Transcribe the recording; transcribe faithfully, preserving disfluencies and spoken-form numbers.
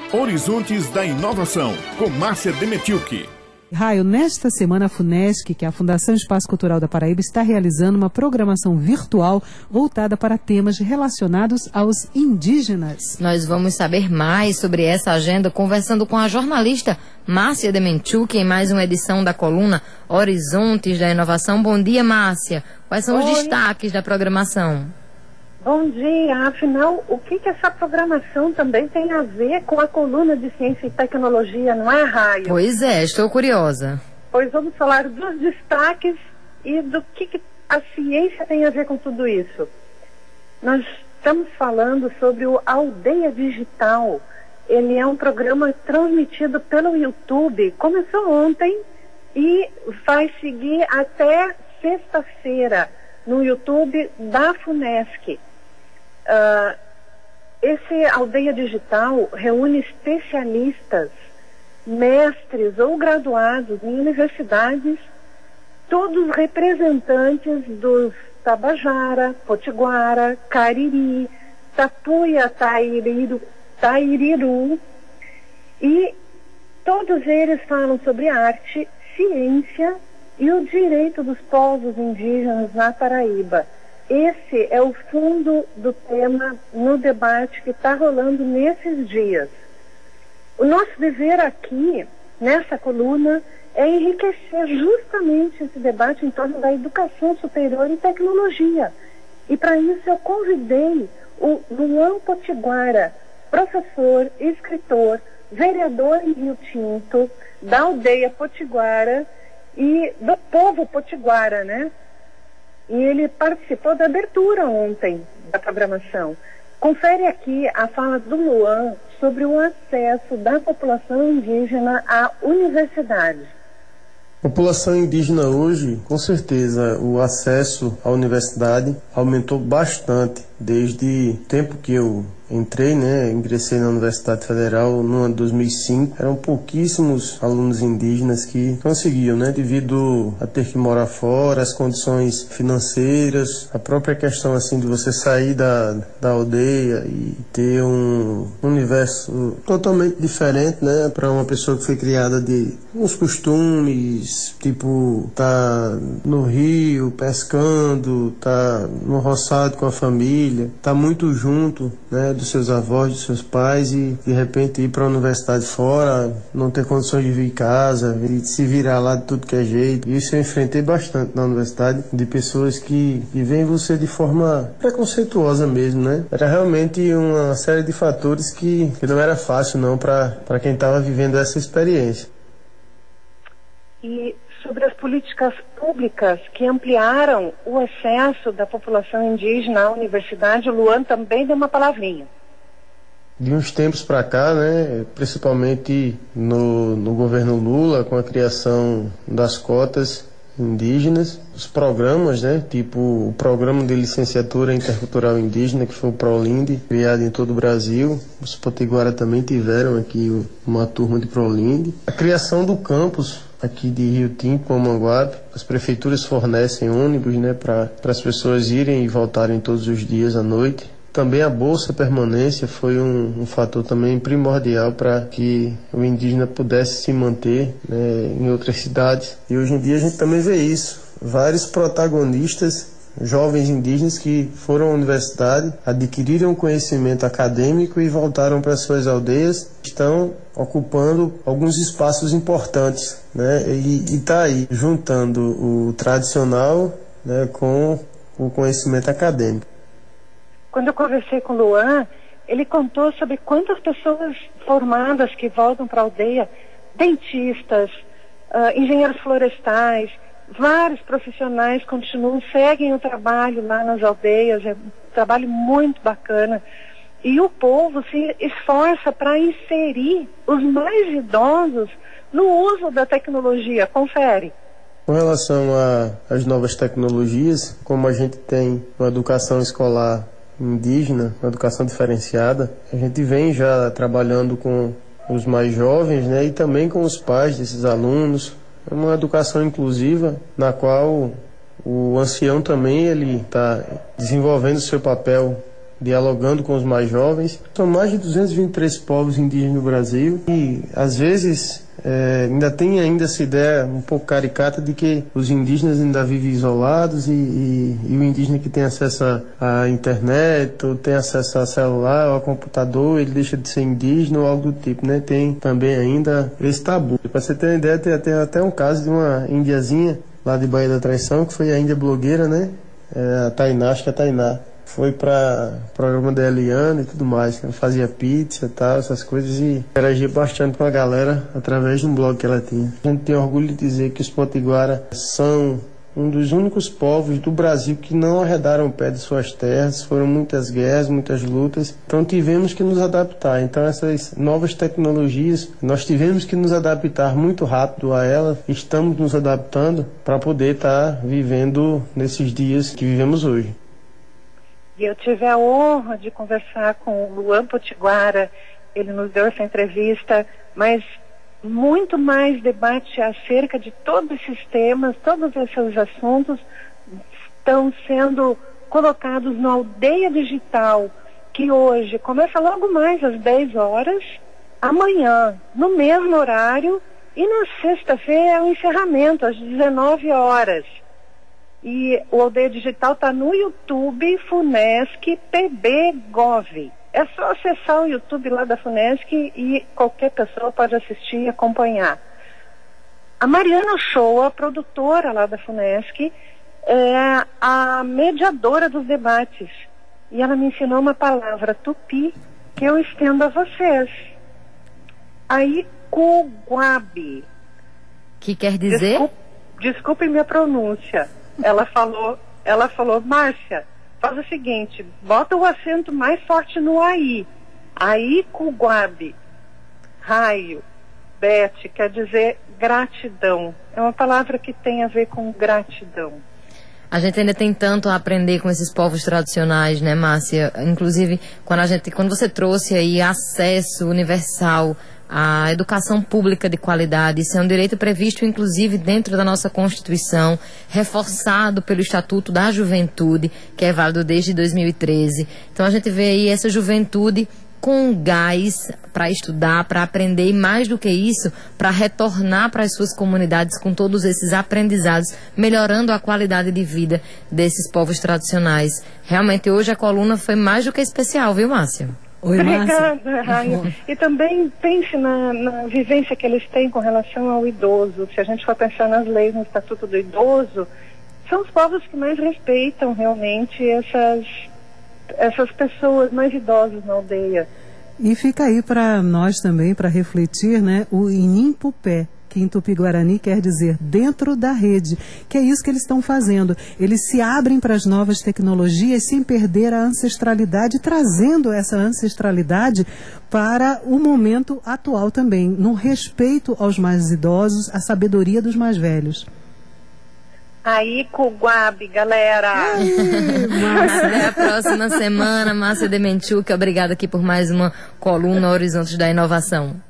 Horizontes da Inovação, com Márcia Demetilke. Raio, nesta semana a FUNESC, que é a Fundação Espaço Cultural da Paraíba, está realizando uma programação virtual voltada para temas relacionados aos indígenas. Nós vamos saber mais sobre essa agenda conversando com a jornalista Márcia Demetilke em mais uma edição da coluna Horizontes da Inovação. Bom dia, Márcia. Quais são Oi. os destaques da programação? Bom dia. Afinal, o que, que essa programação também tem a ver com a coluna de Ciência e Tecnologia, não é, Raio? Pois é, estou curiosa. Pois vamos falar dos destaques e do que, que a ciência tem a ver com tudo isso. Nós estamos falando sobre o Aldeia Digital. Ele é um programa transmitido pelo YouTube. Começou ontem e vai seguir até sexta-feira no YouTube da FUNESC. Uh, esse Aldeia Digital reúne especialistas, mestres ou graduados em universidades, todos representantes dos Tabajara, Potiguara, Cariri, Tapuia, Tairiru, Tairiru, e todos eles falam sobre arte, ciência e o direito dos povos indígenas na Paraíba. Esse é o fundo do tema no debate que está rolando nesses dias. O nosso dever aqui, nessa coluna, é enriquecer justamente esse debate em torno da educação superior e tecnologia. E para isso eu convidei o Luan Potiguara, professor, escritor, vereador em Rio Tinto, da aldeia Potiguara e do povo potiguara, né? E ele participou da abertura ontem da programação. Confere aqui a fala do Luan sobre o acesso da população indígena à universidade. A população indígena hoje, com certeza, o acesso à universidade aumentou bastante desde o tempo que eu entrei, né, ingressei na Universidade Federal no ano de dois mil e cinco. Eram pouquíssimos alunos indígenas que conseguiam, né, devido a ter que morar fora, as condições financeiras, a própria questão assim de você sair da, da aldeia e ter um universo totalmente diferente, né, para uma pessoa que foi criada de uns costumes, tipo tá no rio pescando, tá no roçado com a família, tá muito junto, né, dos seus avós, dos seus pais, e de repente ir para a universidade fora, não ter condições de vir em casa, e se virar lá de tudo que é jeito. Isso eu enfrentei bastante na universidade, de pessoas que, que veem você de forma preconceituosa mesmo, né? Era realmente uma série de fatores que, que não era fácil não para para quem estava vivendo essa experiência. E sobre as políticas públicas que ampliaram o acesso da população indígena à universidade, o Luan também deu uma palavrinha. De uns tempos para cá, né, principalmente no, no governo Lula, com a criação das cotas indígenas, os programas, né, tipo o programa de licenciatura intercultural indígena, que foi o ProLinde, criado em todo o Brasil. Os potiguara também tiveram aqui uma turma de ProLinde. A criação do campus aqui de Rio Tinto, Mamanguape, as prefeituras fornecem ônibus, né, para as pessoas irem e voltarem todos os dias à noite. Também a Bolsa Permanência foi um, um fator também primordial para que o indígena pudesse se manter, né, em outras cidades. E hoje em dia a gente também vê isso. Vários protagonistas, jovens indígenas que foram à universidade, adquiriram conhecimento acadêmico e voltaram para suas aldeias, estão ocupando alguns espaços importantes, né? E está aí, juntando o tradicional, né, com o conhecimento acadêmico. Quando eu conversei com o Luan, ele contou sobre quantas pessoas formadas que voltam para a aldeia, dentistas, uh, engenheiros florestais, vários profissionais continuam, seguem o trabalho lá nas aldeias, é um trabalho muito bacana. E o povo se esforça para inserir os mais idosos no uso da tecnologia. Confere. Com relação às novas tecnologias, como a gente tem uma educação escolar indígena, uma educação diferenciada, a gente vem já trabalhando com os mais jovens, né, e também com os pais desses alunos. É uma educação inclusiva, na qual o ancião também ele está desenvolvendo o seu papel dialogando com os mais jovens. São mais de duzentos e vinte e três povos indígenas no Brasil e, às vezes, é, ainda tem ainda essa ideia um pouco caricata de que os indígenas ainda vivem isolados e, e, e o indígena que tem acesso à internet ou tem acesso a celular ou a computador, ele deixa de ser indígena ou algo do tipo, né? Tem também ainda esse tabu. Para você ter uma ideia, tem, tem até um caso de uma indiazinha lá de Baía da Traição, que foi a índia blogueira, né? É, a Tainá, acho que é a Tainá. Foi para o programa da Eliana e tudo mais. Ela fazia pizza e tal, essas coisas, e interagia bastante com a galera através de um blog que ela tinha. A gente tem orgulho de dizer que os potiguara são um dos únicos povos do Brasil que não arredaram o pé de suas terras. Foram muitas guerras, muitas lutas, então tivemos que nos adaptar. Então essas novas tecnologias, nós tivemos que nos adaptar muito rápido a elas. Estamos nos adaptando para poder estar tá vivendo nesses dias que vivemos hoje. E eu tive a honra de conversar com o Luan Potiguara, ele nos deu essa entrevista, mas muito mais debate acerca de todos esses temas, todos esses assuntos estão sendo colocados no Aldeia Digital, que hoje começa logo mais às dez horas, amanhã, no mesmo horário, e na sexta-feira é o encerramento, às dezenove horas. E o Aldeia Digital está no YouTube, Funesc P B Gov. É só acessar o YouTube lá da Funesc e qualquer pessoa pode assistir e acompanhar. A Mariana Shoa, produtora lá da Funesc, é a mediadora dos debates. E ela me ensinou uma palavra tupi que eu estendo a vocês. Aikuguabi. Que quer dizer? Desculpe, desculpe minha pronúncia. Ela falou, ela falou, Márcia, faz o seguinte, bota o acento mais forte no aí. Aikuguabi, raio, Bete, quer dizer gratidão. É uma palavra que tem a ver com gratidão. A gente ainda tem tanto a aprender com esses povos tradicionais, né, Márcia? Inclusive, quando, a gente, quando você trouxe aí acesso universal à educação pública de qualidade, isso é um direito previsto, inclusive, dentro da nossa Constituição, reforçado pelo Estatuto da Juventude, que é válido desde dois mil e treze. Então, a gente vê aí essa juventude com gás para estudar, para aprender, e mais do que isso, para retornar para as suas comunidades com todos esses aprendizados, melhorando a qualidade de vida desses povos tradicionais. Realmente, hoje a coluna foi mais do que especial, viu, Márcia? Oi, Márcia. Obrigada, Raia. E também pense na, na vivência que eles têm com relação ao idoso. Se a gente for pensar nas leis no Estatuto do Idoso, são os povos que mais respeitam realmente essas, essas pessoas mais idosas na aldeia. E fica aí para nós também, para refletir, né, o Inimpupé, que em Tupi-Guarani quer dizer dentro da rede, que é isso que eles estão fazendo. Eles se abrem para as novas tecnologias sem perder a ancestralidade, trazendo essa ancestralidade para o momento atual também, no respeito aos mais idosos, à sabedoria dos mais velhos. Aikuguabi, galera! Até a próxima semana, Márcia Demenchuk. Obrigada aqui por mais uma coluna Horizontes da Inovação.